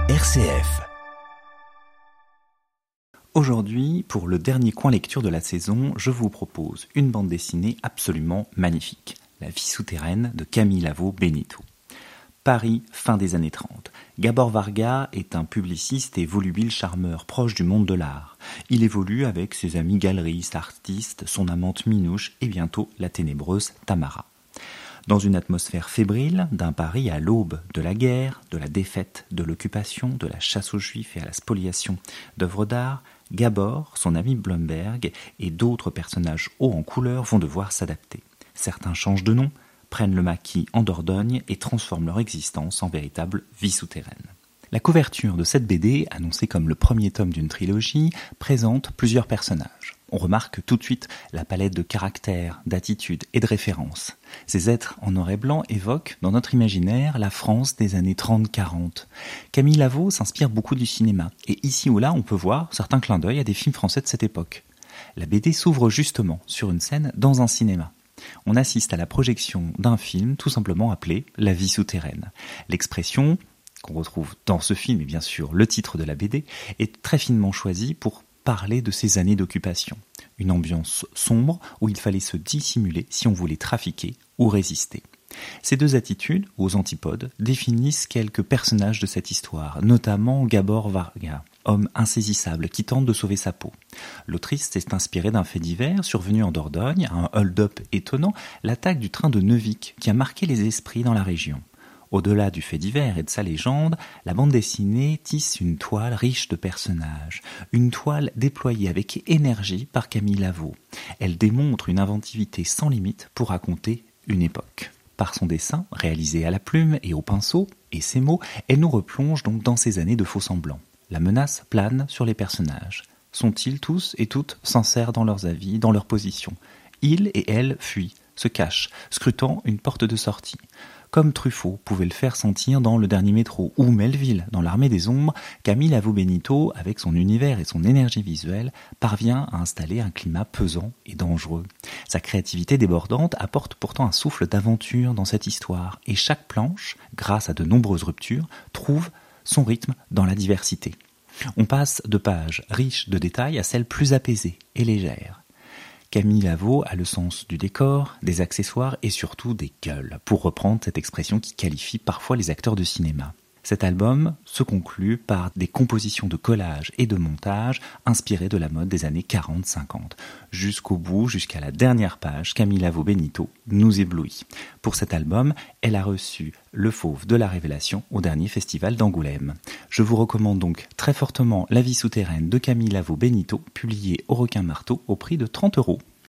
RCF. Aujourd'hui, pour le dernier coin lecture de la saison, je vous propose une bande dessinée absolument magnifique, La vie souterraine de Camille Lavaux-Benito. Paris, fin des années 30. Gabor Varga est un publiciste et volubile charmeur proche du monde de l'art. Il évolue avec ses amis galeristes, artistes, son amante Minouche et bientôt la ténébreuse Tamara. Dans une atmosphère fébrile d'un Paris à l'aube de la guerre, de la défaite, de l'occupation, de la chasse aux juifs et à la spoliation d'œuvres d'art, Gabor, son ami Blomberg et d'autres personnages hauts en couleur vont devoir s'adapter. Certains changent de nom, prennent le maquis en Dordogne et transforment leur existence en véritable vie souterraine. La couverture de cette BD, annoncée comme le premier tome d'une trilogie, présente plusieurs personnages. On remarque tout de suite la palette de caractères, d'attitudes et de références. Ces êtres en noir et blanc évoquent, dans notre imaginaire, la France des années 30-40. Camille Lavaux s'inspire beaucoup du cinéma, et ici ou là, on peut voir certains clins d'œil à des films français de cette époque. La BD s'ouvre justement sur une scène dans un cinéma. On assiste à la projection d'un film tout simplement appelé « La vie souterraine ». L'expression qu'on retrouve dans ce film, et bien sûr le titre de la BD, est très finement choisie pour parler de ces années d'occupation. Une ambiance sombre où il fallait se dissimuler si on voulait trafiquer ou résister. Ces deux attitudes, aux antipodes, définissent quelques personnages de cette histoire, notamment Gabor Varga, homme insaisissable qui tente de sauver sa peau. L'autrice s'est inspirée d'un fait divers survenu en Dordogne, un hold-up étonnant, l'attaque du train de Neuvic qui a marqué les esprits dans la région. Au-delà du fait divers et de sa légende, la bande dessinée tisse une toile riche de personnages, une toile déployée avec énergie par Camille Lavaux. Elle démontre une inventivité sans limite pour raconter une époque. Par son dessin, réalisé à la plume et au pinceau, et ses mots, elle nous replonge donc dans ces années de faux-semblants. La menace plane sur les personnages. Sont-ils tous et toutes sincères dans leurs avis, dans leurs positions ? Ils et elles fuient, se cachent, scrutant une porte de sortie. Comme Truffaut pouvait le faire sentir dans Le Dernier Métro ou Melville dans L'Armée des Ombres, Camille Lavaux-Benito, avec son univers et son énergie visuelle, parvient à installer un climat pesant et dangereux. Sa créativité débordante apporte pourtant un souffle d'aventure dans cette histoire, et chaque planche, grâce à de nombreuses ruptures, trouve son rythme dans la diversité. On passe de pages riches de détails à celles plus apaisées et légères. Camille Lavaux a le sens du décor, des accessoires et surtout des gueules, pour reprendre cette expression qui qualifie parfois les acteurs de cinéma. Cet album se conclut par des compositions de collage et de montage inspirées de la mode des années 40-50. Jusqu'au bout, jusqu'à la dernière page, Camille Lavaux-Benito nous éblouit. Pour cet album, elle a reçu le Fauve de la Révélation au dernier festival d'Angoulême. Je vous recommande donc très fortement La vie souterraine de Camille Lavaux-Benito, publiée au Requin Marteau au prix de 30 €.